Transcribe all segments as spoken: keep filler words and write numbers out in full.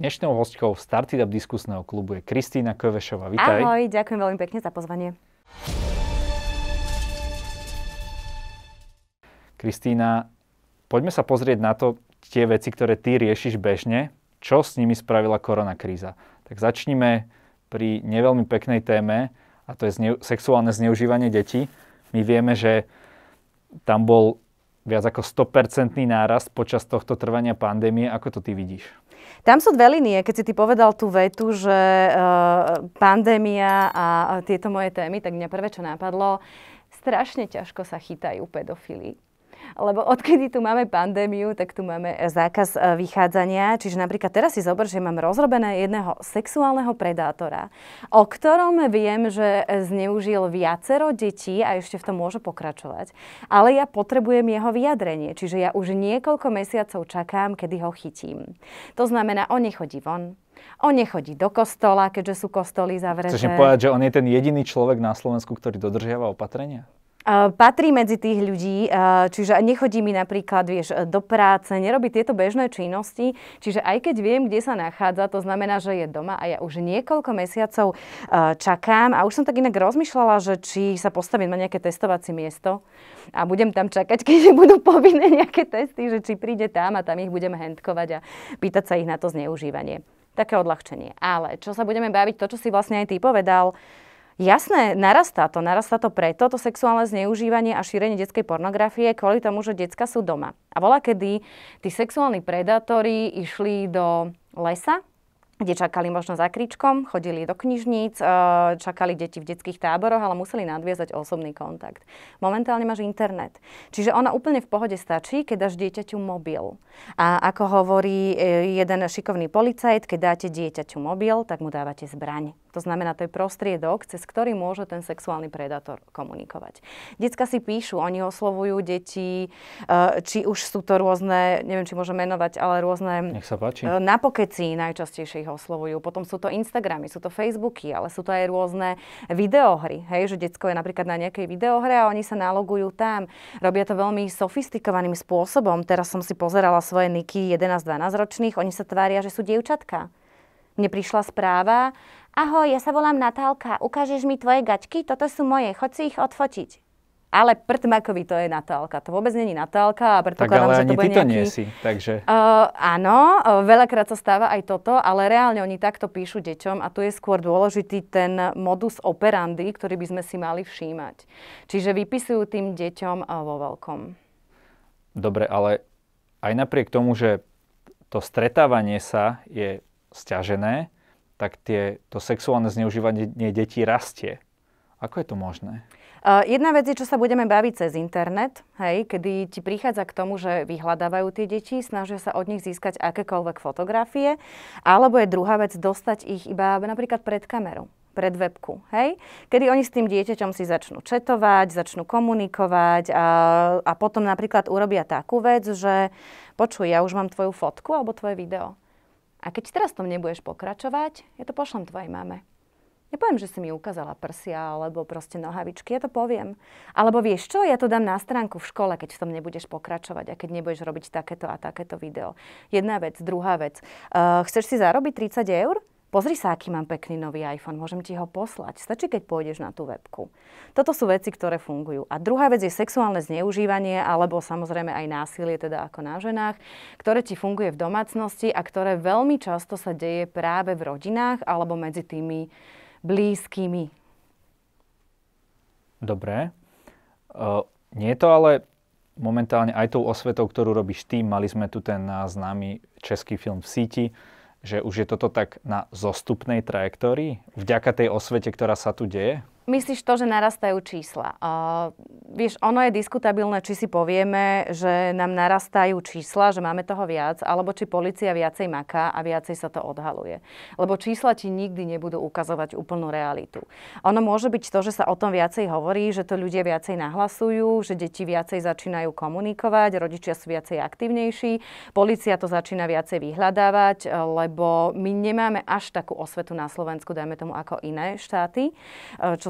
Dnešnou hostkou Startup diskusného klubu je Kristína Kövešová. Vitaj. Ahoj, ďakujem veľmi pekne za pozvanie. Kristína, poďme sa pozrieť na to, tie veci, ktoré ty riešiš bežne, čo s nimi spravila koronakríza. Tak začnime pri neveľmi peknej téme, a to je zne- sexuálne zneužívanie detí. My vieme, že tam bol viac ako sto percent nárast počas tohto trvania pandémie. Ako to ty vidíš? Tam sú dve línie. Keď si ty povedal tú vetu, že uh, pandémia a tieto moje témy, tak mňa prvé, čo napadlo, strašne ťažko sa chytajú pedofili. Lebo odkedy tu máme pandémiu, tak tu máme zákaz vychádzania. Čiže napríklad teraz si zober, že mám rozrobené jedného sexuálneho predátora, o ktorom viem, že zneužil viacero detí a ešte v tom môže pokračovať. Ale ja potrebujem jeho vyjadrenie. Čiže ja už niekoľko mesiacov čakám, kedy ho chytím. To znamená, on nechodí von. On nechodí do kostola, keďže sú kostoly zavreté. Chceš mi povedať, že on je ten jediný človek na Slovensku, ktorý dodržiava opatrenia? Uh, patrí medzi tých ľudí, uh, čiže nechodí mi napríklad, vieš, do práce, nerobí tieto bežné činnosti, čiže aj keď viem, kde sa nachádza, to znamená, že je doma a ja už niekoľko mesiacov uh, čakám a už som tak inak rozmýšľala, že či sa postavím na nejaké testovacie miesto a budem tam čakať, keď budú povinné nejaké testy, že či príde tam a tam ich budem handkovať a pýtať sa ich na to zneužívanie. Také odľahčenie. Ale čo sa budeme baviť, to, čo si vlastne aj ty povedal, jasné, narastá to. Narastá to preto, to sexuálne zneužívanie a šírenie detskej pornografie kvôli tomu, že decká sú doma. A voľakedy tí sexuálni predátori išli do lesa, kde čakali možno za kričkom, chodili do knižníc, čakali deti v detských táboroch, ale museli nadviazať osobný kontakt. Momentálne máš internet. Čiže ona úplne v pohode stačí, keď dáš dieťaťu mobil. A ako hovorí jeden šikovný policajt, keď dáte dieťaťu mobil, tak mu dávate zbraň. To znamená, to je prostriedok, cez ktorý môže ten sexuálny predátor komunikovať. Decká si píšu, oni oslovujú deti, či už sú to rôzne, neviem, či môžem menovať, ale rôzne Nech sa páči. napokeci najčastejšie ich oslovujú. Potom sú to Instagramy, sú to Facebooky, ale sú to aj rôzne videohry. Hej, že decko je napríklad na nejakej videohre a oni sa nalogujú tam. Robia to veľmi sofistikovaným spôsobom. Teraz som si pozerala svoje niky jedenásť dvanásť ročných, oni sa tvária, že sú dievčatka. Mne prišla správa: ahoj, ja sa volám Natálka, ukážeš mi tvoje gačky? Toto sú moje, choď si ich odfotiť. Ale prd makovi to je Natálka. To vôbec není Natálka a predpokladám, že to bude nejaký... Tak ale ani ty to nie si, takže... Uh, áno, veľakrát sa stáva aj toto, ale reálne oni takto píšu deťom a tu je skôr dôležitý ten modus operandi, ktorý by sme si mali všímať. Čiže vypisujú tým deťom vo veľkom. Dobre, ale aj napriek tomu, že to stretávanie sa je sťažené, tak tie, to sexuálne zneužívanie detí rastie. Ako je to možné? Uh, jedna vec je, čo sa budeme baviť cez internet, hej, kedy ti prichádza k tomu, že vyhľadávajú tie deti, snažia sa od nich získať akékoľvek fotografie, alebo je druhá vec dostať ich iba napríklad pred kameru, pred webku, hej, kedy oni s tým dieťaťom si začnú četovať, začnú komunikovať a, a potom napríklad urobia takú vec, že počuj, ja už mám tvoju fotku alebo tvoje video. A keď teraz tom nebudeš pokračovať, ja to pošlem tvojej mame. Nepoviem, že si mi ukázala prsia alebo proste nohavičky, ja to poviem. Alebo vieš čo, ja to dám na stránku v škole, keď v tom nebudeš pokračovať a keď nebudeš robiť takéto a takéto video. Jedna vec, druhá vec. Uh, chceš si zarobiť tridsať eur? Pozri sa, aký mám pekný nový iPhone, môžem ti ho poslať. Stačí, keď pôjdeš na tú webku. Toto sú veci, ktoré fungujú. A druhá vec je sexuálne zneužívanie, alebo samozrejme aj násilie, teda ako na ženách, ktoré ti funguje v domácnosti a ktoré veľmi často sa deje práve v rodinách alebo medzi tými blízkymi. Dobre. Uh, nie je to ale momentálne aj tou osvetou, ktorú robíš ty. Mali sme tu ten známy český film V síti, že už je toto tak na zostupnej trajektórii vďaka tej osvete, ktorá sa tu deje? Myslíš to, že narastajú čísla? Uh, vieš, ono je diskutabilné, či si povieme, že nám narastajú čísla, že máme toho viac, alebo či polícia viacej maká a viacej sa to odhaluje. Lebo čísla ti nikdy nebudú ukazovať úplnú realitu. Ono môže byť to, že sa o tom viacej hovorí, že to ľudia viacej nahlasujú, že deti viacej začínajú komunikovať, rodičia sú viacej aktívnejší, polícia to začína viacej vyhľadávať, lebo my nemáme až takú osvetu na Slovensku, dajme tomu, ako iné štáty, čo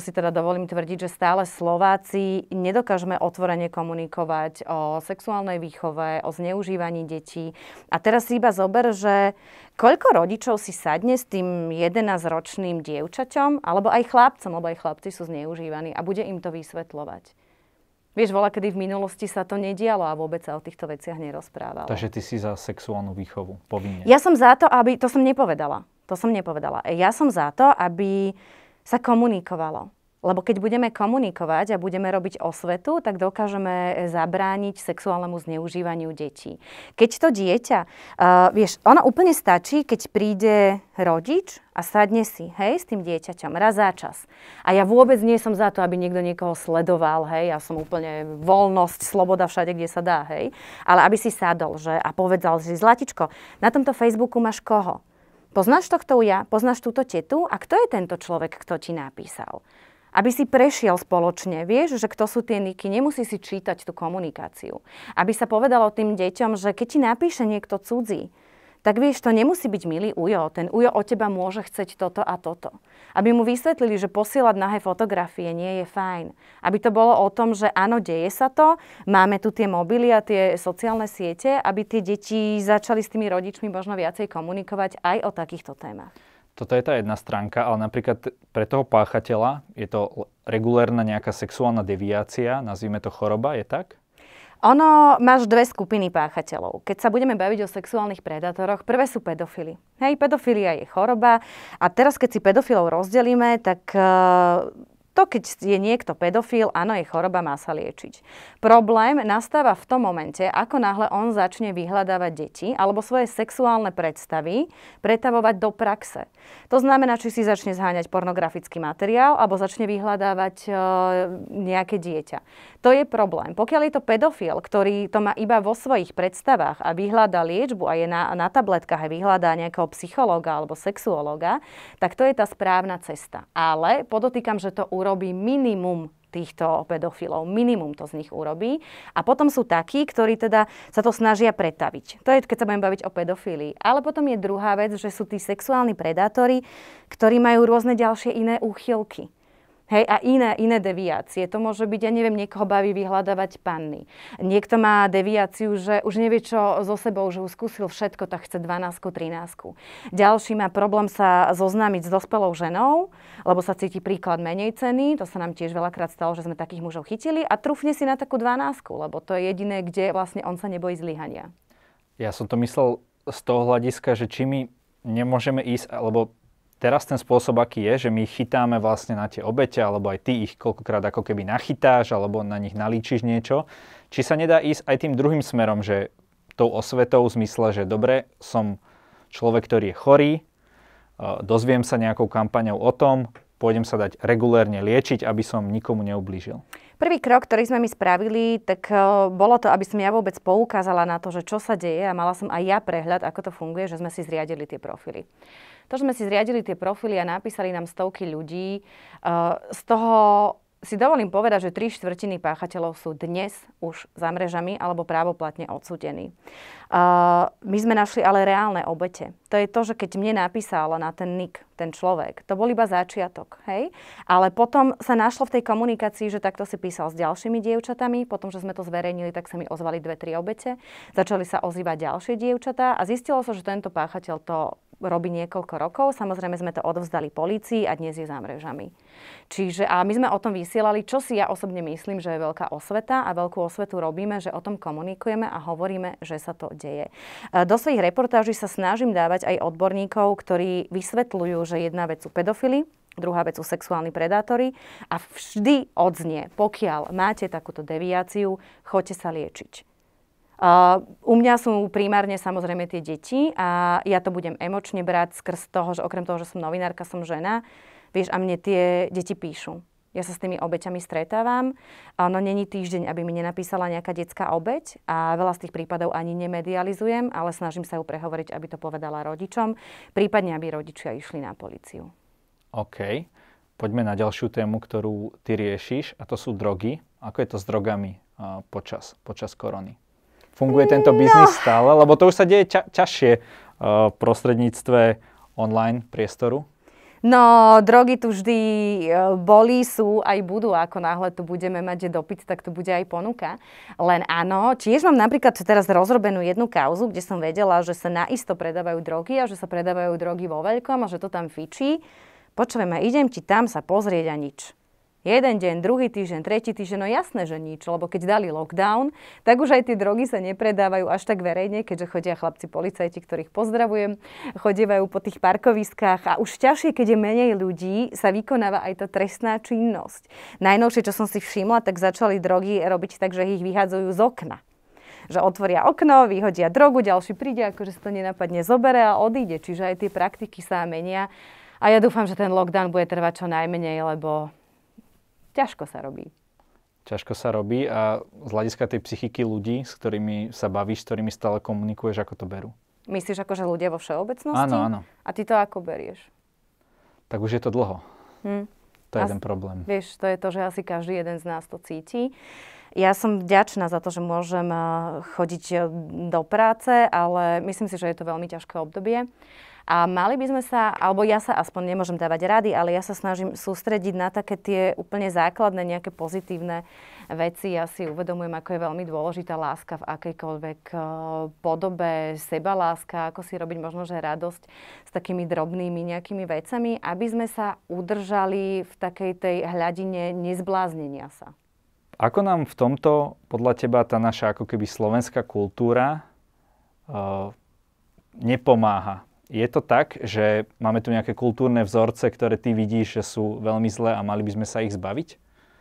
si teda dovolím tvrdiť, že stále Slováci nedokážeme otvorene komunikovať o sexuálnej výchove, o zneužívaní detí. A teraz si iba zober, že koľko rodičov si sadne s tým jedenásťročným dievčaťom, alebo aj chlapcom, lebo aj chlapci sú zneužívaní a bude im to vysvetľovať. Vieš, voľa, kedy v minulosti sa to nedialo a vôbec sa o týchto veciach nerozprávalo. Takže ty si za sexuálnu výchovu povinne. Ja som za to, aby... To som nepovedala. To som nepovedala. Ja som za to, aby sa komunikovalo. Lebo keď budeme komunikovať a budeme robiť osvetu, tak dokážeme zabrániť sexuálnemu zneužívaniu detí. Keď to dieťa, uh, vieš, ono úplne stačí, keď príde rodič a sadne si, hej, s tým dieťaťom raz za čas. A ja vôbec nie som za to, aby niekto niekoho sledoval, hej, ja som úplne voľnosť, sloboda všade, kde sa dá, hej. Ale aby si sadol, že, a povedal si, Zlatičko, na tomto Facebooku máš koho? Poznáš tohto ja? Poznáš túto tetu? A kto je tento človek, kto ti napísal? Aby si prešiel spoločne, vieš, že kto sú tie niky, nemusí si čítať tú komunikáciu. Aby sa povedalo tým deťom, že keď ti napíše niekto cudzí, tak vieš, to nemusí byť milý ujo. Ten ujo od teba môže chceť toto a toto. Aby mu vysvetlili, že posielať nahé fotografie nie je fajn. Aby to bolo o tom, že áno, deje sa to, máme tu tie mobily a tie sociálne siete, aby tie deti začali s tými rodičmi možno viacej komunikovať aj o takýchto témach. Toto je tá jedna stránka, ale napríklad pre toho páchateľa je to regulérna nejaká sexuálna deviácia, nazvime to choroba, je tak? Ono, máš dve skupiny páchateľov. Keď sa budeme baviť o sexuálnych predátoroch, prvé sú pedofily. Hej, pedofilia je choroba a teraz, keď si pedofilov rozdelíme, tak uh, to, keď je niekto pedofil, áno, je choroba, má sa liečiť. Problém nastáva v tom momente, ako náhle on začne vyhľadávať deti alebo svoje sexuálne predstavy pretavovať do praxe. To znamená, či si začne zháňať pornografický materiál alebo začne vyhľadávať e, nejaké dieťa. To je problém. Pokiaľ je to pedofil, ktorý to má iba vo svojich predstavách a vyhľadá liečbu a je na, na tabletkách a vyhľadá nejakého psychológa alebo sexuológa, tak to je tá správna cesta. Ale podotýkam, že to urobí minimum týchto pedofilov. Minimum to z nich urobí. A potom sú takí, ktorí teda sa to snažia pretaviť. To je, keď sa budem baviť o pedofílii. Ale potom je druhá vec, že sú tí sexuálni predátori, ktorí majú rôzne ďalšie iné úchylky. Hej, a iné, iné deviácie. To môže byť, ja neviem, niekoho baví vyhľadávať panny. Niekto má deviáciu, že už nevie, čo so sebou, že už skúsil všetko, tak chce dvanásť, trinásť. Ďalší má problém sa zoznámiť s dospelou ženou, lebo sa cíti príklad menej cenný. To sa nám tiež veľakrát stalo, že sme takých mužov chytili a trúfne si na takú dvanásť, lebo to je jediné, kde vlastne on sa nebojí zlyhania. Ja som to myslel z toho hľadiska, že či my nemôžeme ísť, alebo teraz ten spôsob, aký je, že my chytáme vlastne na tie obete, alebo aj ty ich koľkokrát ako keby nachytáš, alebo na nich nalíčiš niečo. Či sa nedá ísť aj tým druhým smerom, že tou osvetou v zmysle, že dobre, som človek, ktorý je chorý, dozviem sa nejakou kampaňou o tom, pôjdem sa dať regulérne liečiť, aby som nikomu neublížil. Prvý krok, ktorý sme my spravili, tak bolo to, aby som ja vôbec poukázala na to, že čo sa deje a mala som aj ja prehľad, ako to funguje, že sme si zriadili tie profily. To, že sme si zriadili tie profily a napísali nám stovky ľudí, z toho si dovolím povedať, že tri štvrtiny páchateľov sú dnes už za mrežami alebo právoplatne odsúdení. My sme našli ale reálne obete. To je to, že keď mne napísal na ten nick ten človek, to bol iba začiatok, hej? Ale potom sa našlo v tej komunikácii, že takto si písal s ďalšími dievčatami, potom, že sme to zverejnili, tak sa mi ozvali dve, tri obete, začali sa ozývať ďalšie dievčatá a zistilo sa, že tento páchateľ to robí niekoľko rokov. Samozrejme sme to odovzdali polícii a dnes je za mrežami. Čiže a my sme o tom vysielali, čo si ja osobne myslím, že je veľká osveta a veľkú osvetu robíme, že o tom komunikujeme a hovoríme, že sa to deje. Do svojich reportáží sa snažím dávať aj odborníkov, ktorí vysvetľujú, že jedna vec sú pedofily, druhá vec sú sexuálni predátori a vždy odznie, pokiaľ máte takúto deviáciu, choďte sa liečiť. Uh, u mňa sú primárne samozrejme tie deti a ja to budem emočne brať skrz toho, že okrem toho, že som novinárka, som žena, vieš, a mne tie deti píšu. Ja sa s tými obeťami stretávam, no není týždeň, aby mi nenapísala nejaká detská obeť a veľa z tých prípadov ani nemedializujem, ale snažím sa ju prehovoriť, aby to povedala rodičom, prípadne aby rodičia išli na políciu. OK. Poďme na ďalšiu tému, ktorú ty riešiš, a to sú drogy. Ako je to s drogami uh, počas, počas korony? Funguje tento biznis no. stále? Lebo to už sa deje ťa, ťažšie uh, v prostredníctve online priestoru. No, drogy tu vždy boli, sú, aj budú. Ako náhle tu budeme mať dopyt, tak tu bude aj ponuka. Len áno, tiež mám napríklad teraz rozrobenú jednu kauzu, kde som vedela, že sa naisto predávajú drogy a že sa predávajú drogy vo veľkom a že to tam fičí. Počujem, a idem ti tam sa pozrieť a nič. Jeden deň, druhý týždeň, tretí týždeň, no jasné, že nič, lebo keď dali lockdown, tak už aj tie drogy sa nepredávajú až tak verejne, keďže chodia chlapci policajti, ktorých pozdravujem, chodievajú po tých parkoviskách a už ťažšie, keď je menej ľudí, sa vykonáva aj tá trestná činnosť. Najnovšie, čo som si všimla, tak začali drogy robiť tak, že ich vyhádzajú z okna. Že otvoria okno, vyhodia drogu, ďalší príde, akože sa to nenapadne, zobere a odíde. Čiže aj tie praktiky sa menia. A ja dúfam, že ten lockdown bude trvať čo najmenej, lebo ťažko sa robí. Ťažko sa robí a z hľadiska tej psychiky ľudí, s ktorými sa bavíš, s ktorými stále komunikuješ, ako to berú? Myslíš akože ľudia vo všeobecnosti? Áno, áno. A ty to ako berieš? Tak už je to dlho. Hm. To je As, jeden problém. Vieš, to je to, že asi každý jeden z nás to cíti. Ja som vďačná za to, že môžem chodiť do práce, ale myslím si, že je to veľmi ťažké obdobie. A mali by sme sa, alebo ja sa aspoň nemôžem dávať rady, ale ja sa snažím sústrediť na také tie úplne základné, nejaké pozitívne veci. Ja si uvedomujem, ako je veľmi dôležitá láska v akejkoľvek podobe, sebaláska, ako si robiť možno, že radosť s takými drobnými nejakými vecami, aby sme sa udržali v takej tej hľadine nezbláznenia sa. Ako nám v tomto, podľa teba, tá naša ako keby slovenská kultúra uh, nepomáha? Je to tak, že máme tu nejaké kultúrne vzorce, ktoré ty vidíš, že sú veľmi zlé a mali by sme sa ich zbaviť?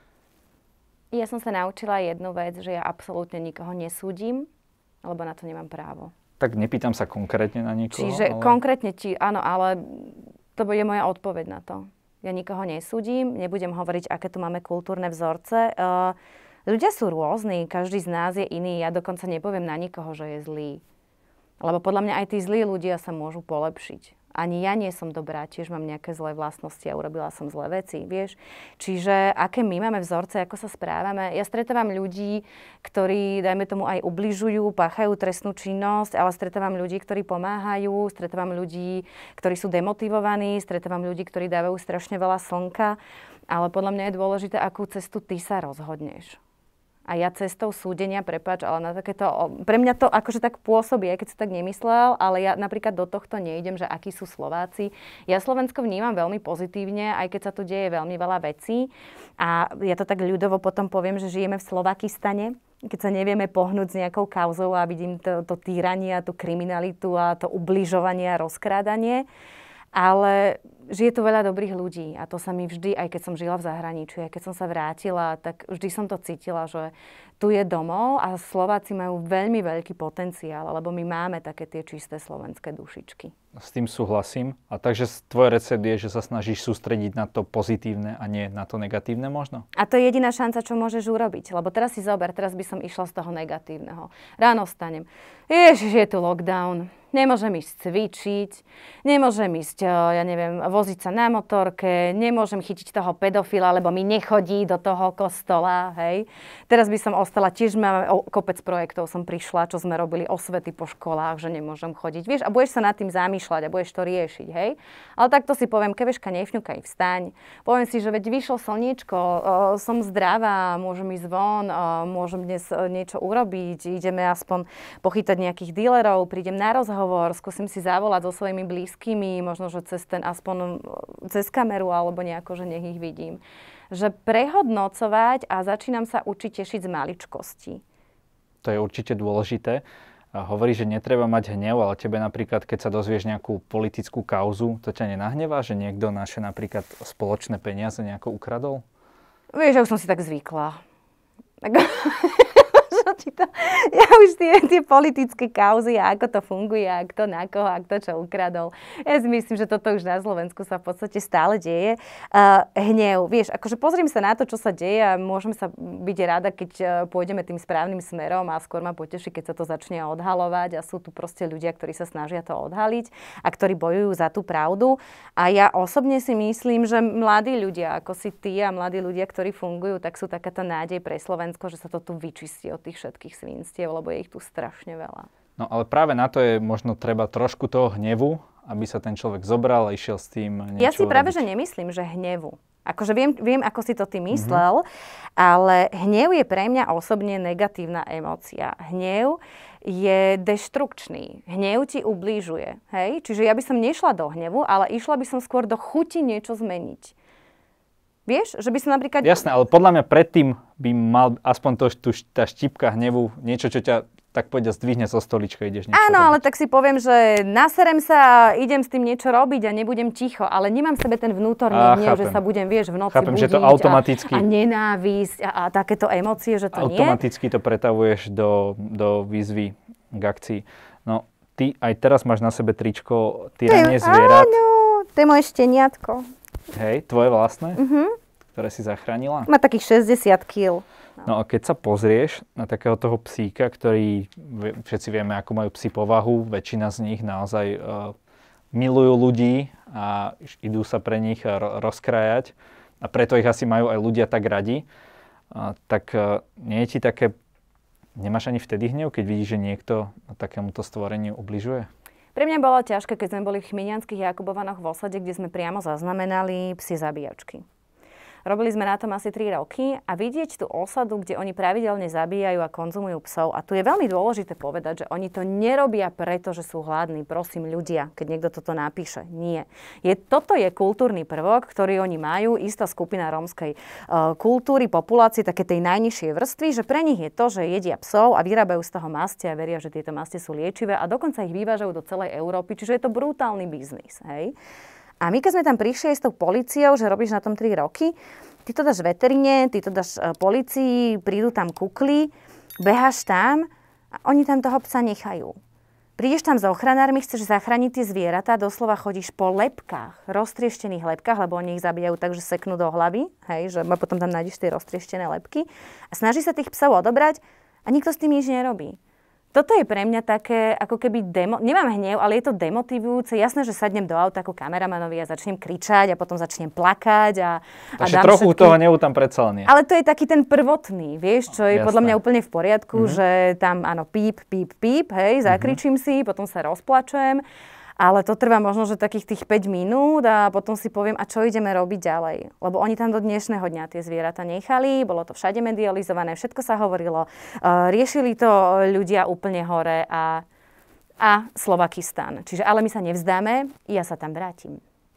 Ja som sa naučila jednu vec, že ja absolútne nikoho nesúdim, lebo na to nemám právo. Tak nepýtam sa konkrétne na niekoho. Čiže ale... konkrétne ti, áno, ale to bude moja odpoveď na to. Ja nikoho nesúdim, nebudem hovoriť, aké tu máme kultúrne vzorce. Uh, ľudia sú rôzni, každý z nás je iný. Ja dokonca nepoviem na nikoho, že je zlý. Lebo podľa mňa aj tí zlí ľudia sa môžu polepšiť. Ani ja nie som dobrá, tiež mám nejaké zlé vlastnosti a urobila som zlé veci, vieš. Čiže aké my máme vzorce, ako sa správame. Ja stretávam ľudí, ktorí, dajme tomu, aj ubližujú, páchajú trestnú činnosť, ale stretávam ľudí, ktorí pomáhajú, stretávam ľudí, ktorí sú demotivovaní, stretávam ľudí, ktorí dávajú strašne veľa slnka. Ale podľa mňa je dôležité, akú cestu ty sa rozhodneš. A ja cestou súdenia, prepáč, ale na takéto... Pre mňa to akože tak pôsobí, aj keď si tak nemyslel, ale ja napríklad do tohto nejdem, že akí sú Slováci. Ja Slovensko vnímam veľmi pozitívne, aj keď sa tu deje veľmi veľa vecí. A ja to tak ľudovo potom poviem, že žijeme v Slovakistane, keď sa nevieme pohnúť s nejakou kauzou a vidím to, to týranie a tú kriminalitu a to ubližovanie a rozkrádanie. Ale žije tu veľa dobrých ľudí a to sa mi vždy, aj keď som žila v zahraničí, aj keď som sa vrátila, tak vždy som to cítila, že tu je domov a Slováci majú veľmi veľký potenciál, lebo my máme také tie čisté slovenské dušičky. S tým súhlasím. A takže tvoj recept je, že sa snažíš sústrediť na to pozitívne a nie na to negatívne možno? A to je jediná šanca, čo môžeš urobiť. Lebo teraz si zober, teraz by som išla z toho negatívneho. Ráno vstanem. Ježiš, je tu lockdown. Nemôžem ísť cvičiť, nemôžem ísť, ja neviem, voziť sa na motorke, nemôžem chytiť toho pedofila, lebo mi nechodí do toho kostola, hej. Teraz by som ostala, tiež máme kopec projektov, som prišla, čo sme robili osvety po školách, že nemôžem chodiť, vieš, a budeš sa nad tým zamýšľať a budeš to riešiť, hej. Ale takto si poviem, keveška, nefňukaj, vstaň. Poviem si, že veď vyšlo slniečko, som zdravá, môžem ísť von, môžem dnes niečo urobiť, ideme aspoň pochytať nejakých dílerov, prídem na rozhovor, skúsim si zavolať so svojimi blízkymi, možno, že cez ten, aspoň cez kameru, alebo nejako, že nech ich vidím. Že prehodnocovať a začínam sa učiť tešiť z maličkosti. To je určite dôležité. Hovorí, že netreba mať hnev, ale tebe napríklad, keď sa dozvieš nejakú politickú kauzu, to ťa nenahnevá, že niekto naše napríklad spoločné peniaze nejako ukradol? Vieš, že už som si tak zvykla. Tak... To, ja už tie, tie politické kauzy a ako to funguje, a kto na koho, a kto čo ukradol. Ja si myslím, že toto už na Slovensku sa v podstate stále deje. Uh, hnev, vieš, akože pozriem sa na to, čo sa deje a môžem sa byť rada, keď uh, pôjdeme tým správnym smerom a skôr ma poteší, keď sa to začne odhalovať a sú tu proste ľudia, ktorí sa snažia to odhaliť a ktorí bojujú za tú pravdu. A ja osobne si myslím, že mladí ľudia, ako si ty a mladí ľudia, ktorí fungujú, tak sú takáto nádej pre Slovensko, že sa to tu vyčistí od tých všetkých svinstiev, lebo je ich tu strašne veľa. No ale práve na to je možno treba trošku toho hnevu aby sa ten človek zobral a išiel s tým niečo Ja si práve, robiť. že nemyslím, že hnevu. Akože viem, viem, ako si to ty myslel, mm-hmm. ale hnev je pre mňa osobne negatívna emócia. Hnev je deštrukčný. Hnev ti ublížuje. Hej? Čiže ja by som nešla do hnevu, ale išla by som skôr do chuti niečo zmeniť. Vieš, že by som napríklad... Jasné, ale podľa mňa predtým by mal aspoň to, tu, tá štipka hnevu, niečo, čo ťa tak povedia zdvihne zo stolička, ideš niečo Áno, robiť. ale tak si poviem, že naserem sa a idem s tým niečo robiť a nebudem ticho, ale nemám v sebe ten vnútorný Á, hnev, chápem. že sa budem, vieš, v noci Chápem, budiť že to automaticky... a, a nenávisť a, a takéto emócie, že to automaticky nie. to pretavuješ do, do výzvy k akcii. No, ty aj teraz máš na sebe tričko Tyranie zvierat. Áno, to je moje šteniatko. Hej, tvoje vlastné, Uh-huh. ktoré si zachránila. Má takých šesťdesiat kíl. No a keď sa pozrieš na takého toho psíka, ktorý, všetci vieme, ako majú psi povahu, väčšina z nich naozaj uh, milujú ľudí a idú sa pre nich ro- rozkrajať a preto ich asi majú aj ľudia tak radi, uh, tak uh, nie je ti také, nemáš ani vtedy hnev, keď vidíš, že niekto takémuto stvoreniu ubližuje? Pre mňa bolo ťažké, keď sme boli v chmiňanských Jakubovanoch v osade, kde sme priamo zaznamenali psi zabíjačky. Robili sme na tom asi tri roky a vidieť tú osadu, kde oni pravidelne zabíjajú a konzumujú psov. A tu je veľmi dôležité povedať, že oni to nerobia preto, že sú hladní. Prosím ľudia, keď niekto toto napíše. Nie. Je, toto je kultúrny prvok, ktorý oni majú, istá skupina rómskej uh, kultúry, populácie, také tej najnižšej vrstvy, že pre nich je to, že jedia psov a vyrábajú z toho maste a veria, že tieto maste sú liečivé a dokonca ich vyvážajú do celej Európy, čiže je to brutálny biznis. Hej? A my, keď sme tam prišli aj s tou políciou, že robíš na tom tri roky, ty to dáš veterine, ty to dáš uh, polícii, prídu tam kukly, beháš tam a oni tam toho psa nechajú. Prídeš tam s ochranármi, chceš zachrániť tie zvieratá, doslova chodíš po lebkách, roztrieštených lebkách, lebo oni ich zabíjajú tak, že seknú do hlavy, hej, že potom tam nájdeš tie roztrieštené lebky a snaží sa tých psov odobrať a nikto s tým nič nerobí. Toto je pre mňa také, ako keby demo... Nemám hnev, ale je to demotivujúce. Jasné, že sadnem do auta ako kameramanovi a začnem kričať a potom začnem plakať a, a Takže dám trochu všetky... toho hnevu tam predsa len je. Ale to je taký ten prvotný, vieš, čo je Jasné. podľa mňa úplne v poriadku, Mhm. že tam áno, píp, píp, píp, hej, zakričím si, potom sa rozplačujem. Ale to trvá možno, že takých tých päť minút a potom si poviem, a čo ideme robiť ďalej. Lebo oni tam do dnešného dňa tie zvieratá nechali, bolo to všade medializované, všetko sa hovorilo, uh, riešili to ľudia úplne hore a, a Slovakistan. Čiže, ale my sa nevzdáme, ja sa tam vrátim.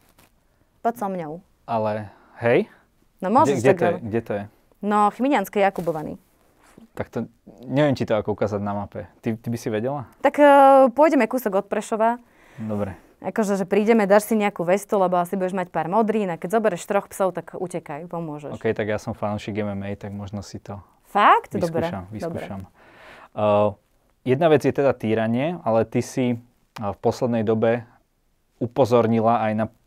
Poď so mňou. Ale hej? No môžeš kde, kde, tak to je? robiť. kde to je? No, Chmiňanské Jakubovany. Tak to, neviem ti to ako ukázať na mape. Ty, ty by si vedela? Tak uh, pôjdeme kúsok od Prešova. Dobre. Akože, že prídeme, dáš si nejakú vestu, lebo asi budeš mať pár modrín a keď zoberieš troch psov, tak utekaj, pomôžeš. OK, tak ja som fanúšik em em á, tak možno si to Fakt? vyskúšam. Dobre. vyskúšam. Uh, jedna vec je teda týranie, ale ty si uh, v poslednej dobe upozornila aj na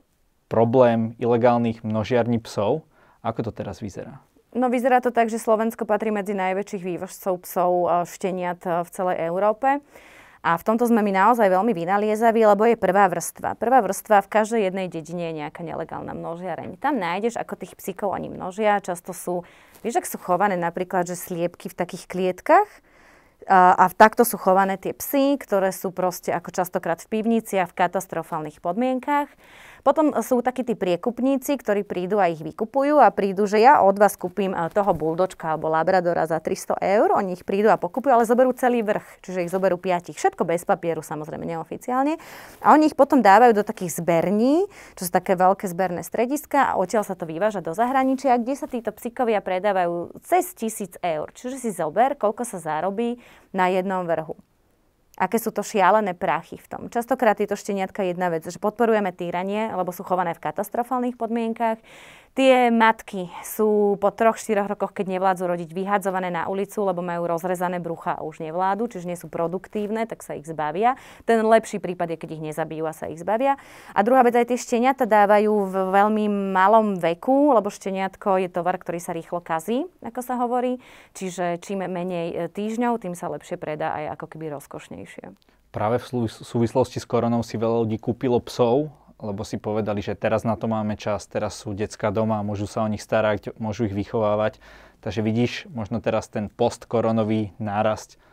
problém ilegálnych množiarní psov. Ako to teraz vyzerá? No vyzerá to tak, že Slovensko patrí medzi najväčších vývozcov psov šteniat v celej Európe. A v tomto sme my naozaj veľmi vynaliezaví, lebo je prvá vrstva. Prvá vrstva v každej jednej dedine je nejaká nelegálna množiareň. Tam nájdeš, ako tých psíkov oni množia. Často sú, vieš, ak sú chované napríklad, že sliepky v takých klietkach, a, a takto sú chované tie psy, ktoré sú proste ako častokrát v pivniciach v katastrofálnych podmienkach. Potom sú takí tí priekupníci, ktorí prídu a ich vykupujú a prídu, že ja od vás kúpim toho buldočka alebo labradora za tristo eur. Oni ich prídu a pokupujú, ale zoberú celý vrch, čiže ich zoberú piatich. Všetko bez papieru, samozrejme neoficiálne. A oni ich potom dávajú do takých zberní, čo sú také veľké zberné strediska a odtiaľ sa to vyváža do zahraničia, kde sa títo psíkovia predávajú cez tisíc eur. Čiže si zober, koľko sa zarobí na jednom vrhu. Aké sú to šialené prachy v tom. Častokrát je to šteniatka jedna vec, že podporujeme týranie, lebo sú chované v katastrofálnych podmienkach. Tie matky sú po troch štyroch rokoch, keď nevládzu rodiť, vyhadzované na ulicu, lebo majú rozrezané brucha a už nevládzu, čiže nie sú produktívne, tak sa ich zbavia. Ten lepší prípad je, keď ich nezabijú a sa ich zbavia. A druhá vec, aj tie šteniatka dávajú v veľmi malom veku, lebo šteniatko je tovar, ktorý sa rýchlo kazí, ako sa hovorí. Čiže čím menej týždňov, tým sa lepšie predá aj ako keby rozkošnejšie. Práve v súvislosti s koronou si veľa ľudí kúpilo psov, lebo si povedali, že teraz na to máme čas, teraz sú decká doma, môžu sa o nich starať, môžu ich vychovávať. Takže vidíš možno teraz ten postkoronový nárast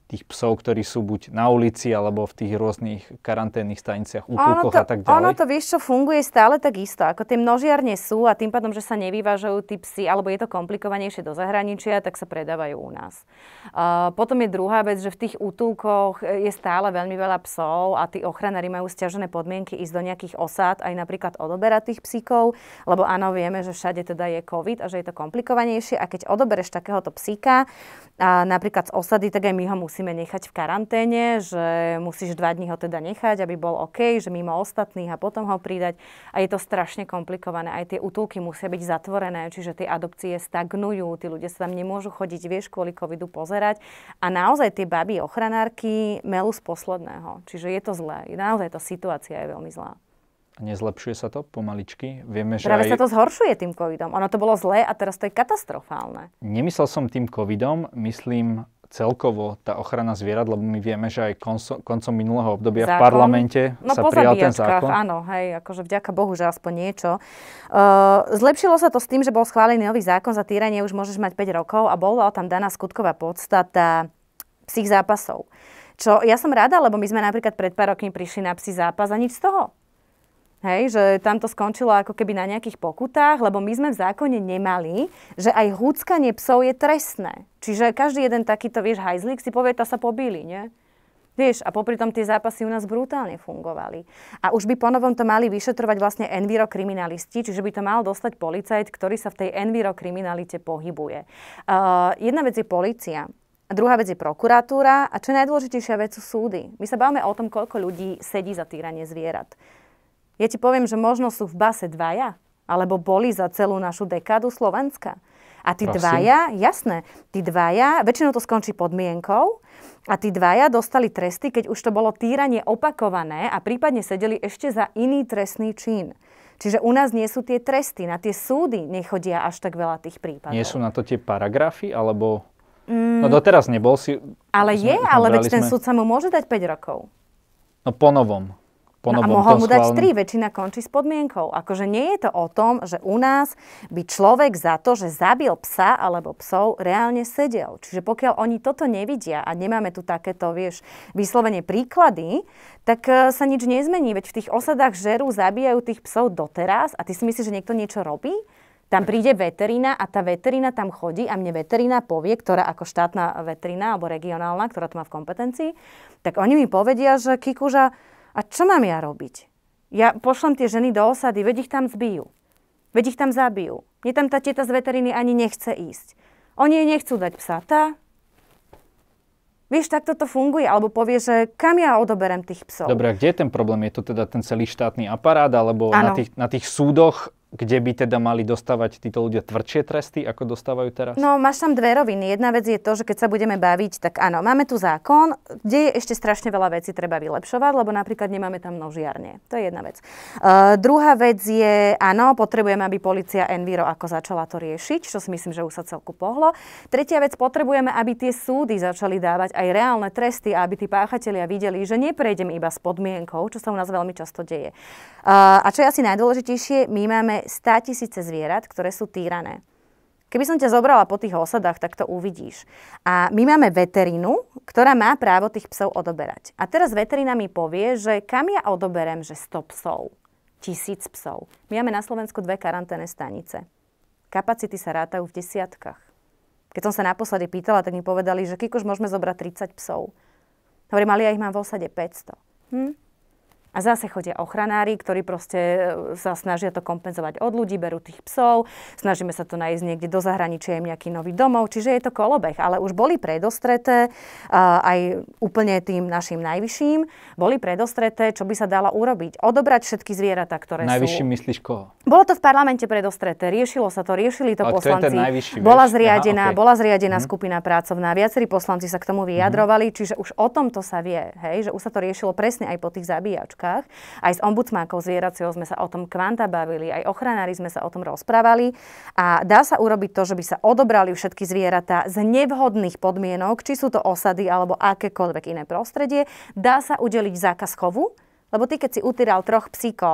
tých psov, ktorí sú buď na ulici, alebo v tých rôznych karanténnych staniciach, útulkoch a tak ďalej? Ono to, vieš čo, funguje stále tak isto. Ako tie množiarne sú a tým pádom, že sa nevyvážajú tí psi, alebo je to komplikovanejšie do zahraničia, tak sa predávajú u nás. Uh, potom je druhá vec, že v tých útulkoch je stále veľmi veľa psov a tí ochranári majú sťažené podmienky ísť do nejakých osád, aj napríklad odoberať tých psíkov, lebo áno, vieme, že všade teda je COVID a že je to komplikovanejšie. A keď odobereš takéhoto psíka, a napríklad z osady, tak aj my ho musíme nechať v karanténe, že musíš dva dní ho teda nechať, aby bol OK, že mimo ostatných a potom ho pridať. A je to strašne komplikované. Aj tie útulky musia byť zatvorené, čiže tie adopcie stagnujú, tí ľudia sa tam nemôžu chodiť, vieš, kvôli covidu pozerať. A naozaj tie baby ochranárky melú z posledného. Čiže je to zlé. Naozaj tá situácia je veľmi zlá. A nezlepšuje sa to pomaličky? Vieme, že Práve aj... sa to zhoršuje tým covidom. Ono to bolo zlé a teraz to je katastrofálne. Nemyslel som tým covidom, myslím celkovo tá ochrana zvierat, lebo my vieme, že aj konco, koncom minulého obdobia zákon? v parlamente no, sa prijal ten zákon. Áno, hej, akože vďaka Bohu, že aspoň niečo. Uh, zlepšilo sa to s tým, že bol schválený nový zákon, za týranie už môžeš mať päť rokov a bola tam daná skutková podstata psích zápasov. Čo ja som rada, lebo my sme napríklad pred pár rokmi prišli na psí zápas a nič z toho. Hej, že tam to skončilo ako keby na nejakých pokutách, lebo my sme v zákone nemali, že aj húckanie psov je trestné. Čiže každý jeden takýto, vieš, hajzlík si povie, to sa pobili, nie? Vieš, a popri tom tie zápasy u nás brutálne fungovali. A už by ponovom to mali vyšetrovať vlastne envirokriminalisti, čiže by to mal dostať policajt, ktorý sa v tej envirokriminalite pohybuje. Uh, jedna vec je polícia. A druhá vec je prokuratúra a čo je najdôležitejšia vec sú súdy. My sa bavíme o tom, koľko ľudí sedí za týranie zvierat. Ja ti poviem, že možno sú v base dvaja, alebo boli za celú našu dekádu Slovenska. A tí Prosím. dvaja, jasné, tí dvaja, väčšinou to skončí podmienkou, a tí dvaja dostali tresty, keď už to bolo týranie opakované a prípadne sedeli ešte za iný trestný čin. Čiže u nás nie sú tie tresty, na tie súdy nechodia až tak veľa tých prípadov. Nie sú na to tie paragrafy, alebo... Mm. No doteraz nebol si... Ale je, ale veď ten súd sa mu môže dať päť rokov. No po novom. No a mohol mu dať tri, väčšina končí s podmienkou. Akože nie je to o tom, že u nás by človek za to, že zabil psa alebo psov, reálne sedel. Čiže pokiaľ oni toto nevidia a nemáme tu takéto, vieš, vyslovene príklady, tak sa nič nezmení. Veď v tých osadách žerú, zabíjajú tých psov doteraz a ty si myslíš, že niekto niečo robí? Tam príde veterína a tá veterína tam chodí a mne veterína povie, ktorá ako štátna veterína alebo regionálna, ktorá to má v kompetencii, tak oni mi povedia, že Kikuža, a čo mám ja robiť? Ja pošlem tie ženy do osady, veď ich tam zbijú. Veď ich tam zabijú. Mne tam tá teta z veteríny ani nechce ísť. Oni jej nechcú dať psa. Tá? Vieš, takto to funguje. Alebo povie, že kam ja odoberem tých psov. Dobre, a kde je ten problém? Je to teda ten celý štátny aparát? Alebo na tých, na tých súdoch, kde by teda mali dostávať títo ľudia tvrdšie tresty, ako dostávajú teraz? No, máš tam dve roviny. Jedna vec je to, že keď sa budeme baviť, tak áno, máme tu zákon, kde je ešte strašne veľa vecí treba vylepšovať, lebo napríklad nemáme tam množiarne. To je jedna vec. Uh, druhá vec je, áno, potrebujeme, aby polícia Enviro ako začala to riešiť, čo si myslím, že už sa celku pohlo. Tretia vec, potrebujeme, aby tie súdy začali dávať aj reálne tresty a aby tí páchatelia videli, že neprejdem iba s podmienkou, čo sa u nás veľmi často deje. Uh, a čo je asi najdôležitejšie, my máme státisíce zvierat, ktoré sú týrané. Keby som ťa zobrala po tých osadách, tak to uvidíš. A my máme veterínu, ktorá má právo tých psov odoberať. A teraz veterína mi povie, že kam ja odoberem, že sto psov, tisíc psov. My máme na Slovensku dve karanténne stanice. Kapacity sa rátajú v desiatkách. Keď som sa naposledy pýtala, tak mi povedali, že Kikuš, môžeme zobrať tridsať psov. Hovorím, ale ja ich mám v osade päťsto. Hm? A zase chodia ochranári, ktorí proste sa snažia to kompenzovať od ľudí, berú tých psov, snažíme sa to nájsť niekde do zahraničia, im nejaký nový domov, čiže je to kolobeh. Ale už boli predostreté, uh, aj úplne tým našim najvyšším, boli predostreté, čo by sa dalo urobiť. Odobrať všetky zvieratá, ktoré najvyšším sú... Najvyšším myslíš koho? Bolo to v parlamente predostreté, riešilo sa to, riešili to ale poslanci. Najvyšší, bola zriadená, Aha, okay. bola zriadená mm. skupina pracovná, viacerí poslanci sa k tomu vyjadrovali, mm. čiže už o tomto sa vie, hej, že už sa to riešilo presne aj po tých zabíjačkách. Aj s ombudsmankou zvieracieho sme sa o tom kvanta bavili, aj ochranári sme sa o tom rozprávali a dá sa urobiť to, že by sa odobrali všetky zvieratá z nevhodných podmienok, či sú to osady alebo akékoľvek iné prostredie. Dá sa udeliť zákaz chovu, lebo ty keď si utýral troch psíkov,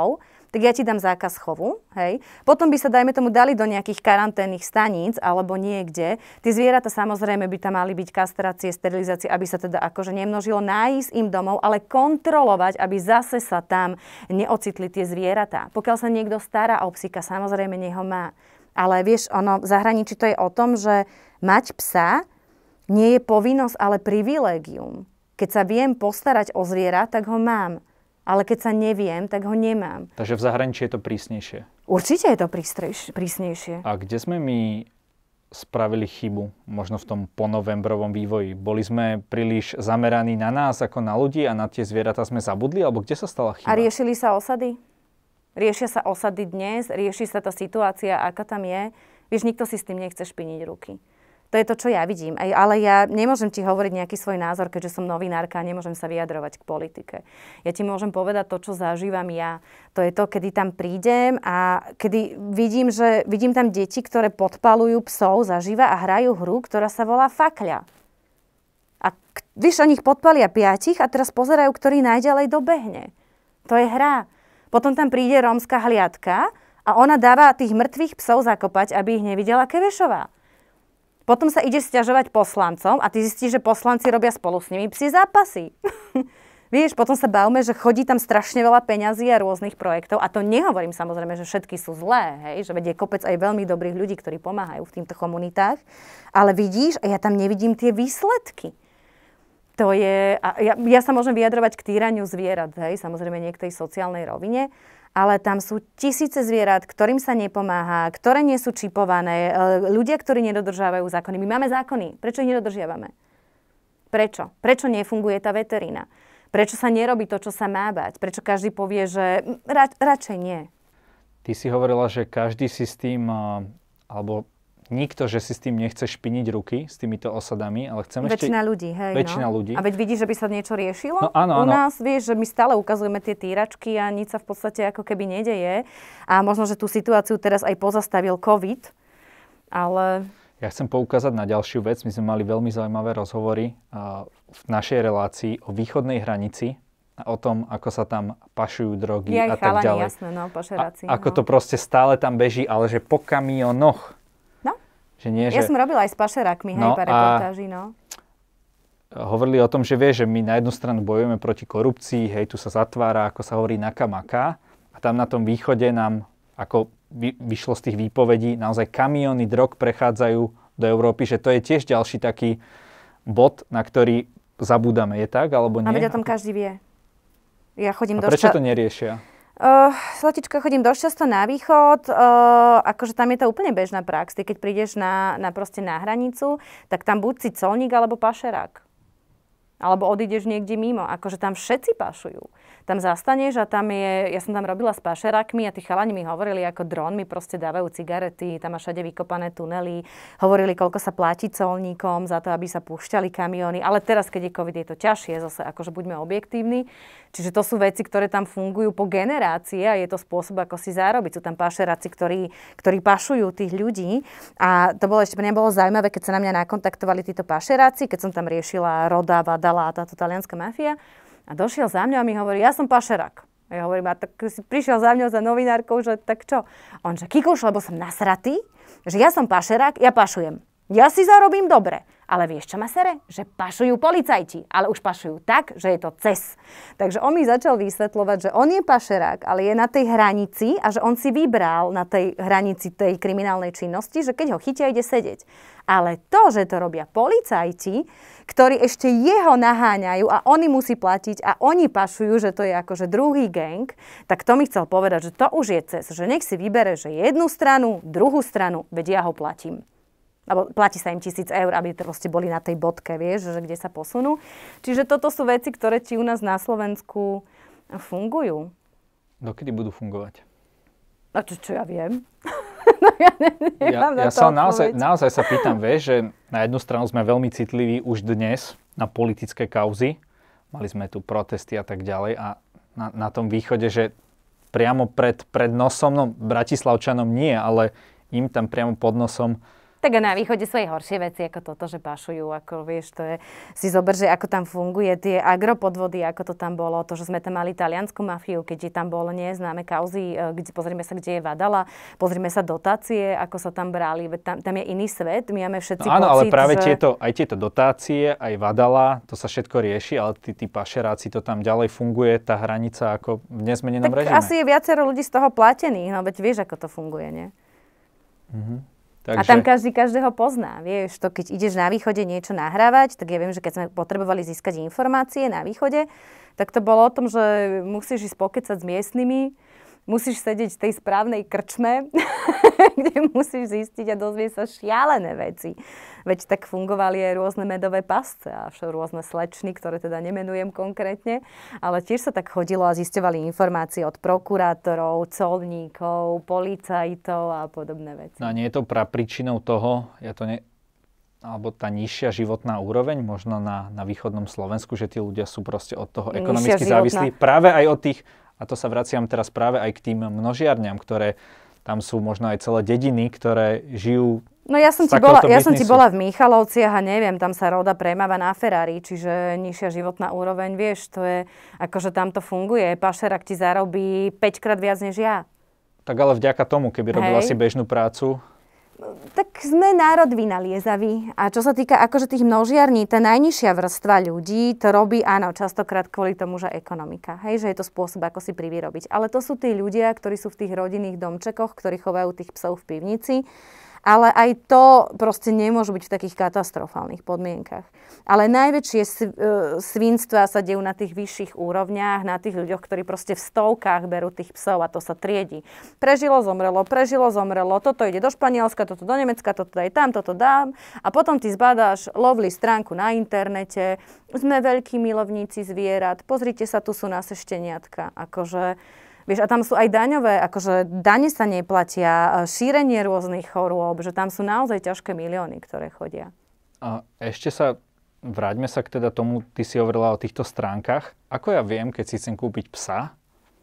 tak ja ti dám zákaz chovu, hej. Potom by sa, dajme tomu, dali do nejakých karanténnych staníc alebo niekde. Tie zvieratá samozrejme by tam mali byť kastrácie, sterilizácie, aby sa teda akože nemnožilo, nájsť im domov, ale kontrolovať, aby zase sa tam neocitli tie zvieratá. Pokiaľ sa niekto stará o psíka, samozrejme nech ho má. Ale vieš, ono, v zahraničí to je o tom, že mať psa nie je povinnosť, ale privilégium. Keď sa viem postarať o zviera, tak ho mám. Ale keď sa neviem, tak ho nemám. Takže v zahraničí je to prísnejšie. Určite je to prísnejšie. A kde sme my spravili chybu, možno v tom ponovembrovom vývoji? Boli sme príliš zameraní na nás ako na ľudí a na tie zvieratá sme zabudli? Alebo kde sa stala chyba? A riešili sa osady? Riešia sa osady dnes? Rieši sa tá situácia, aká tam je? Vieš, nikto si s tým nechce špiniť ruky. To je to, čo ja vidím. Ale ja nemôžem ti hovoriť nejaký svoj názor, keďže som novinárka a nemôžem sa vyjadrovať k politike. Ja ti môžem povedať to, čo zažívam ja. To je to, kedy tam prídem a kedy vidím, že vidím tam deti, ktoré podpalujú psov zaživa a hrajú hru, ktorá sa volá fakľa. A vieš, o nich podpalia piatich a teraz pozerajú, ktorý najďalej dobehne. To je hra. Potom tam príde rómska hliadka a ona dáva tých mŕtvych psov zakopať, aby ich nevidela Kevešová. Potom sa ide sťažovať poslancom a ty zistíš, že poslanci robia spolu s nimi psi zápasy. Vieš, potom sa bavme, že chodí tam strašne veľa peňazí a rôznych projektov. A to nehovorím samozrejme, že všetky sú zlé, hej, že vedie kopec aj veľmi dobrých ľudí, ktorí pomáhajú v týchto komunitách. Ale vidíš, a ja tam nevidím tie výsledky. To je, a ja, ja sa môžem vyjadrovať k týraniu zvierat, hej, samozrejme nie k tej sociálnej rovine, ale tam sú tisíce zvierat, ktorým sa nepomáha, ktoré nie sú čipované, ľudia, ktorí nedodržiavajú zákony. My máme zákony. Prečo ich nedodržiavame? Prečo? Prečo nefunguje tá veterina? Prečo sa nerobí to, čo sa má bať? Prečo každý povie, že ra, radšej nie? Ty si hovorila, že každý si s tým, alebo nikto, že si s tým nechce špiniť ruky, s týmito osadami, ale chcem ešte... Väčšina ľudí, hej. Väčšina no. ľudí. A veď vidíš, že by sa niečo riešilo? No áno, áno. U nás, vieš, že my stále ukazujeme tie týračky a nič sa v podstate ako keby nedeje. A možno, že tú situáciu teraz aj pozastavil COVID, ale... Ja chcem poukázať na ďalšiu vec. My sme mali veľmi zaujímavé rozhovory v našej relácii o východnej hranici a o tom, ako sa tam pašujú drogy ja a tak chalani, ďalej. Jasné, no, pašeráci, a, ako no. to proste stále tam beží, ale že po kamionoch. Že nie, ja že... som robila aj s pašerákmi, no, hej, pár reportáží, no. Hovorili o tom, že vie, že my na jednu stranu bojujeme proti korupcii, hej, tu sa zatvára, ako sa hovorí, naka maka. A tam na tom východe nám, ako vy, vyšlo z tých výpovedí, naozaj kamióny drog prechádzajú do Európy, že to je tiež ďalší taký bod, na ktorý zabúdame. Je tak, alebo nie? A veď o tom každý vie. Ja chodím a do prečo šta... to neriešia? Uh, Zlatička, chodím dosť často na východ, uh, akože tam je to úplne bežná prax. Ty keď prídeš na, na, proste na hranicu, tak tam buď si colník alebo pašerák. Alebo odídeš niekde mimo. Akože tam všetci pašujú. Tam zastaneš a tam je, ja som tam robila s pašerákmi a tí chalani mi hovorili, ako dron mi proste dávajú cigarety, tam má všade vykopané tunely, hovorili, koľko sa platí colníkom za to, aby sa púšťali kamióny. Ale teraz, keď je COVID, je to ťažšie, zase akože buďme objektívni. Čiže to sú veci, ktoré tam fungujú po generácie a je to spôsob, ako si zarobiť. Sú tam pašeráci, ktorí, ktorí pašujú tých ľudí. A to bolo ešte pre mňa bolo zaujímavé, keď sa na mňa nakontaktovali títo pašeráci, keď som tam riešila Roda, Vadala a táto talianska mafia. A došiel za mňa a mi hovorí, ja som pašerák. A ja hovorím, a tak si prišiel za mňou za novinárkou, že tak čo? On že, Kikuš, lebo som nasratý, že ja som pašerák, ja pašujem. Ja si zarobím dobre. Ale vieš, čo ma sere? Že pašujú policajti. Ale už pašujú tak, že je to cez. Takže on mi začal vysvetľovať, že on je pašerák, ale je na tej hranici a že on si vybral na tej hranici tej kriminálnej činnosti, že keď ho chytia, ide sedieť. Ale to, že to robia policajti, ktorí ešte jeho naháňajú a oni musí platiť a oni pašujú, že to je akože druhý gang, tak to mi chcel povedať, že to už je cez. Že nech si vybere, že jednu stranu, druhú stranu, veď ja ho platím. Alebo platí sa im tisíc eur, aby to proste boli na tej bodke, vieš, že kde sa posunú. Čiže toto sú veci, ktoré ti u nás na Slovensku fungujú. Dokedy budú fungovať? A čo, čo ja viem? no ja ne, ja, ja sa naozaj, naozaj sa pýtam, vieš, že na jednu stranu sme veľmi citliví už dnes na politické kauzy. Mali sme tu protesty a tak ďalej a na, na tom východe, že priamo pred, pred nosom, no Bratislavčanom nie, ale im tam priamo pod nosom Tak a na východe sú aj horšie veci ako toto, že pašujú, ako vieš, to je, si zober, že ako tam funguje, tie agropodvody, ako to tam bolo, to, že sme tam mali taliansku mafiu, keď je tam bolo neznáme kauzy, kde, pozrime sa, kde je Vadala, pozrime sa dotácie, ako sa tam brali, tam, tam je iný svet, my máme všetci no, áno, pocit, ale práve že... tieto, aj tieto dotácie, aj Vadala, to sa všetko rieši, ale tí, tí pašeráci, to tam ďalej funguje, tá hranica ako v nezmenenom tak režime. asi je viacero ľudí z toho platených, no veď vieš, ako to funguje, nie? Mhm. Takže... A tam každý každého pozná, vieš, to keď ideš na východe niečo nahrávať, tak ja viem, že keď sme potrebovali získať informácie na východe, tak to bolo o tom, že musíš ísť pokecať s miestnymi, musíš sedieť v tej správnej krčme, kde musíš zistiť a dozvieť sa šialené veci. Veď tak fungovali aj rôzne medové pasce a rôzne slečny, ktoré teda nemenujem konkrétne, ale tiež sa tak chodilo a zisťovali informácie od prokurátorov, colníkov, policajtov a podobné veci. No a nie je to prapričinou toho, ja to ne, alebo tá nižšia životná úroveň možno na, na východnom Slovensku, že tí ľudia sú proste od toho ekonomicky závislí. Práve aj od tých, a to sa vraciam teraz práve aj k tým množiarňam, ktoré tam sú možno aj celé dediny, ktoré žijú. No ja som, ti bola, ja som ti bola v Michalovciach a neviem, tam sa roda premáva na Ferrari, čiže nižšia životná úroveň, vieš, to je, akože tam to funguje. Pašerak ti zarobí päťkrát viac než ja. Tak ale vďaka tomu, keby robila si bežnú prácu. Tak sme národ vynaliezavý. A čo sa týka akože tých množiarní, tá najnižšia vrstva ľudí to robí, áno, častokrát kvôli tomu, že ekonomika. Hej, že je to spôsob, ako si privyrobiť. Ale to sú tí ľudia, ktorí sú v tých rodinných domčekoch, ktorí chovajú tých psov v pivnici. Ale aj to proste nemôže byť v takých katastrofálnych podmienkach. Ale najväčšie svinstvá sa dejú na tých vyšších úrovniach, na tých ľuďoch, ktorí proste v stovkách berú tých psov a to sa triedi. Prežilo, zomrelo, prežilo, zomrelo, toto ide do Španielska, toto do Nemecka, toto aj tam, toto dám. A potom ty zbadáš lovely stránku na internete, sme veľkí milovníci zvierat, pozrite sa, tu sú naše šteniatka. Akože... Vieš, a tam sú aj daňové, akože dane sa neplatia, šírenie rôznych chorôb, že tam sú naozaj ťažké milióny, ktoré chodia. A ešte sa, vráťme sa k teda tomu, ty si hovorila o týchto stránkach. Ako ja viem, keď si chcem kúpiť psa,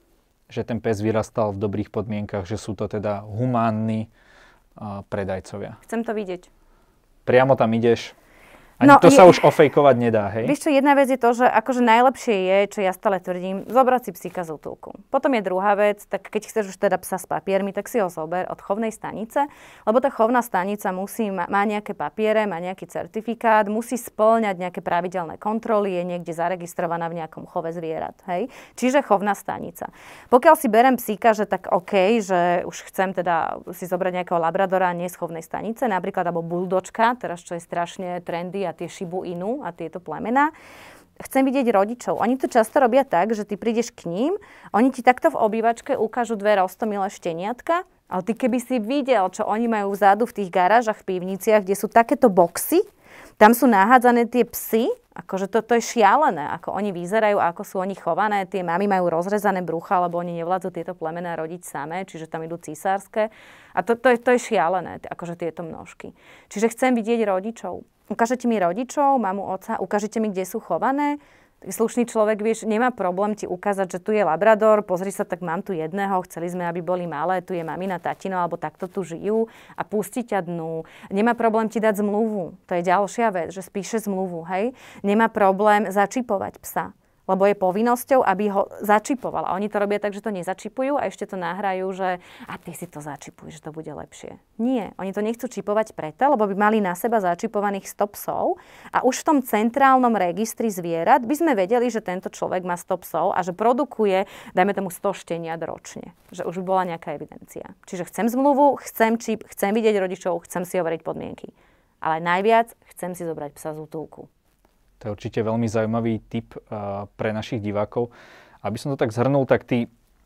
že ten pes vyrastal v dobrých podmienkach, že sú to teda humánni uh, predajcovia? Chcem to vidieť. Priamo tam ideš? Ani No, to je, sa už ofejkovať nedá, hej? Vieš čo, jedna vec je to, že akože najlepšie je, čo ja stále tvrdím, zobrať si psíka z útulku. Potom je druhá vec, tak keď chceš už teda psa s papiermi, tak si ho zober od chovnej stanice, lebo tá chovná stanica musí, má, má nejaké papiere, má nejaký certifikát, musí spĺňať nejaké pravidelné kontroly, je niekde zaregistrovaná v nejakom chove zvierat, hej? Čiže chovná stanica. Pokiaľ si berem psíka, že tak OK, že už chcem teda si zobrať nejakého labradora nie z chovnej stanice, napríklad alebo buldočka, teraz čo je strašne trendy, a tie Shibu Inu a tieto plemená. Chcem vidieť rodičov. Oni to často robia tak, že ty prídeš k ním, oni ti takto v obývačke ukážu dve roztomilé šteniatka, ale ty keby si videl, čo oni majú vzadu v tých garážach, v pivniciach, kde sú takéto boxy, tam sú nahádzané tie psy, akože to, to je šialené, ako oni vyzerajú, ako sú oni chované. Tie mami majú rozrezané brucha, lebo oni nevládzu tieto plemená rodiť samé, čiže tam idú císarské. A to, to, je, to je šialené, akože tieto množky. Čiže chcem vidieť rodičov. Ukážete mi rodičov, mamu, otca, ukážete mi, kde sú chované. Slušný človek, vieš, nemá problém ti ukázať, že tu je labrador, pozri sa, tak mám tu jedného, chceli sme, aby boli malé, tu je mamina, tatino, alebo takto tu žijú a pustí ťa dnu. Nemá problém ti dať zmluvu, to je ďalšia vec, že spíše zmluvu, hej. Nemá problém začipovať psa, lebo je povinnosťou, aby ho začipoval. A oni to robia tak, že to nezačipujú a ešte to nahrajú, že a ty si to začipuj, že to bude lepšie. Nie, oni to nechcú čipovať preto, lebo by mali na seba začipovaných sto psov a už v tom centrálnom registri zvierat by sme vedeli, že tento človek má sto psov a že produkuje, dajme tomu sto šteniat ročne. Že už by bola nejaká evidencia. Čiže chcem zmluvu, chcem čip, chcem vidieť rodičov, chcem si overiť podmienky. Ale najviac chcem si zobrať psa z útulku. To je určite veľmi zaujímavý tip uh, pre našich divákov. Aby som to tak zhrnul, tak ty,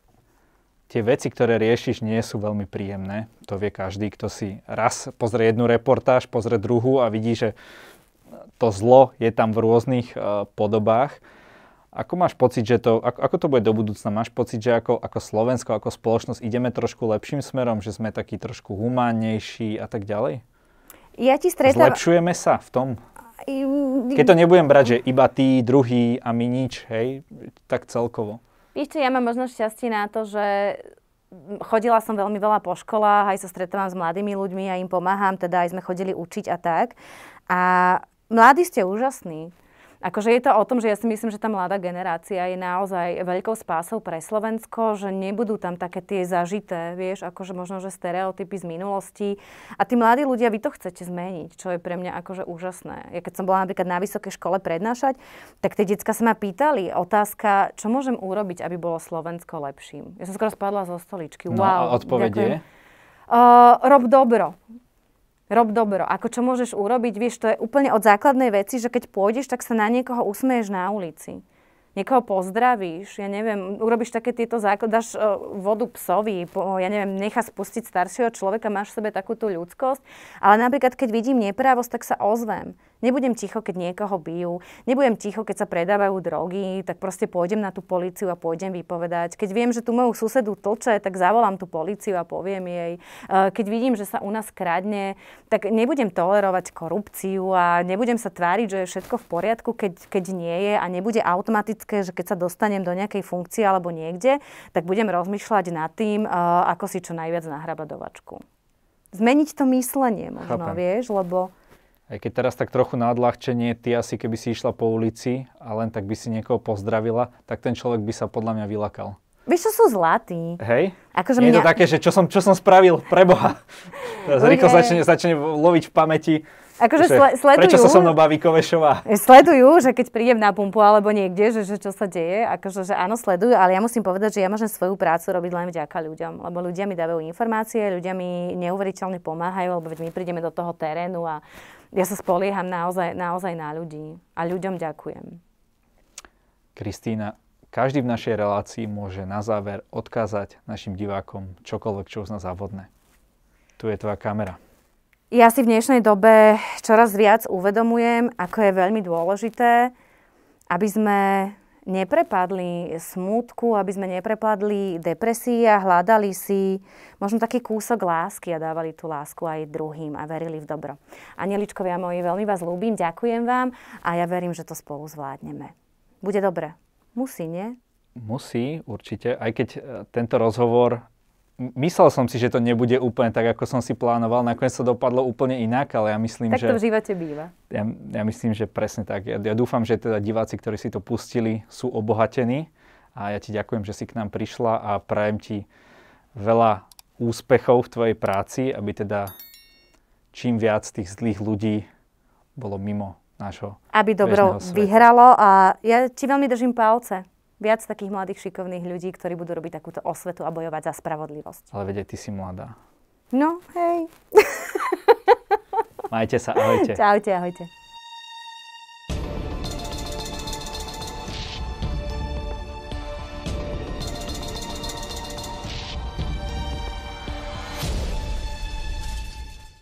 tie veci, ktoré riešiš, nie sú veľmi príjemné. To vie každý, kto si raz pozrie jednu reportáž, pozrie druhú a vidí, že to zlo je tam v rôznych uh, podobách. Ako máš pocit, že to, ako, ako to bude do budúcna? Máš pocit, že ako, ako Slovensko, ako spoločnosť ideme trošku lepším smerom, že sme takí trošku humánnejší a tak ďalej? Ja ti stretávam... Zlepšujeme sa v tom? Keď to nebudem brať, že iba tí, druhý a my nič, hej, tak celkovo. Vieš čo, ja mám možno šťastie na to, že chodila som veľmi veľa po školách, aj sa stretávam s mladými ľuďmi a im pomáham, teda aj sme chodili učiť a tak. A mladí ste úžasní. Akože je to o tom, že ja si myslím, že tá mladá generácia je naozaj veľkou spásou pre Slovensko, že nebudú tam také tie zažité, vieš, akože možno, že stereotypy z minulosti. A tí mladí ľudia, vy to chcete zmeniť, čo je pre mňa akože úžasné. Ja keď som bola napríklad na vysokej škole prednášať, tak tie decká sa ma pýtali, otázka, čo môžem urobiť, aby bolo Slovensko lepším. Ja som skoro spadla zo stoličky. No wow, a odpoveď je? Uh, rob dobro. Rob dobro. Ako čo môžeš urobiť, vieš, to je úplne od základnej veci, že keď pôjdeš, tak sa na niekoho usmeješ na ulici. Niekoho pozdravíš, ja neviem, urobíš také tieto základy, dáš uh, vodu psovi, po, ja neviem, nechá spustiť staršieho človeka, máš v sebe takúto ľudskosť, ale napríklad, keď vidím neprávosť, tak sa ozvem. Nebudem ticho, keď niekoho bijú, nebudem ticho, keď sa predávajú drogy, tak proste pôjdem na tú políciu a pôjdem vypovedať. Keď viem, že tu moju susedu tlče, tak zavolám tú políciu a poviem jej. Keď vidím, že sa u nás kradne, tak nebudem tolerovať korupciu a nebudem sa tváriť, že je všetko v poriadku, keď, keď nie je a nebude automatické, že keď sa dostanem do nejakej funkcie alebo niekde, tak budem rozmýšľať nad tým, ako si čo najviac nahrabať do vačku. Zmeniť to myslenie možno, Chápem. vieš, lebo... Aj keď teraz tak trochu na odľahčenie, ty asi keby si išla po ulici a len tak by si niekoho pozdravila, tak ten človek by sa podľa mňa vylakal. Vieš, čo sú zlatí. Hej? Akože Nie je mňa... to také, že čo som, čo som spravil, preboha. Teraz rýchlo začne, začne loviť v pamäti. Akože sle- sledujú... Prečo sa so mnou baví Kovešová? Sledujú, že keď prídem na pumpu alebo niekde, že, že čo sa deje, akože že áno, sledujú, ale ja musím povedať, že ja môžem svoju prácu robiť len vďaka ľuďom, lebo ľudia mi dávajú informácie, ľudia mi neuveriteľne pomáhajú, lebo veď my prídeme do toho terénu a ja sa spolieham naozaj, naozaj na ľudí a ľuďom ďakujem. Kristína, každý v našej relácii môže na záver odkázať našim divákom čokoľvek, čo uzná za vhodné. Tu je tvoja kamera. Ja si v dnešnej dobe čoraz viac uvedomujem, ako je veľmi dôležité, aby sme neprepadli smútku, aby sme neprepadli depresii a hľadali si možno taký kúsok lásky a dávali tú lásku aj druhým a verili v dobro. Anieličkovia moji, veľmi vás ľúbim, ďakujem vám a ja verím, že to spolu zvládneme. Bude dobre. Musí, nie? Musí, určite. Aj keď tento rozhovor... Myslel som si, že to nebude úplne tak, ako som si plánoval. Nakoniec to dopadlo úplne inak, ale ja myslím, tak že... Tak to v živote býva. Ja, ja myslím, že presne tak. Ja, ja dúfam, že teda diváci, ktorí si to pustili, sú obohatení. A ja ti ďakujem, že si k nám prišla a prajem ti veľa úspechov v tvojej práci, aby teda čím viac tých zlých ľudí bolo mimo nášho Aby dobro vyhralo a ja ti veľmi držím palce. Viac takých mladých, šikovných ľudí, ktorí budú robiť takúto osvetu a bojovať za spravodlivosť. Ale veď, ty si mladá. No, hej. Majte sa, ahojte. Čaute, ahojte.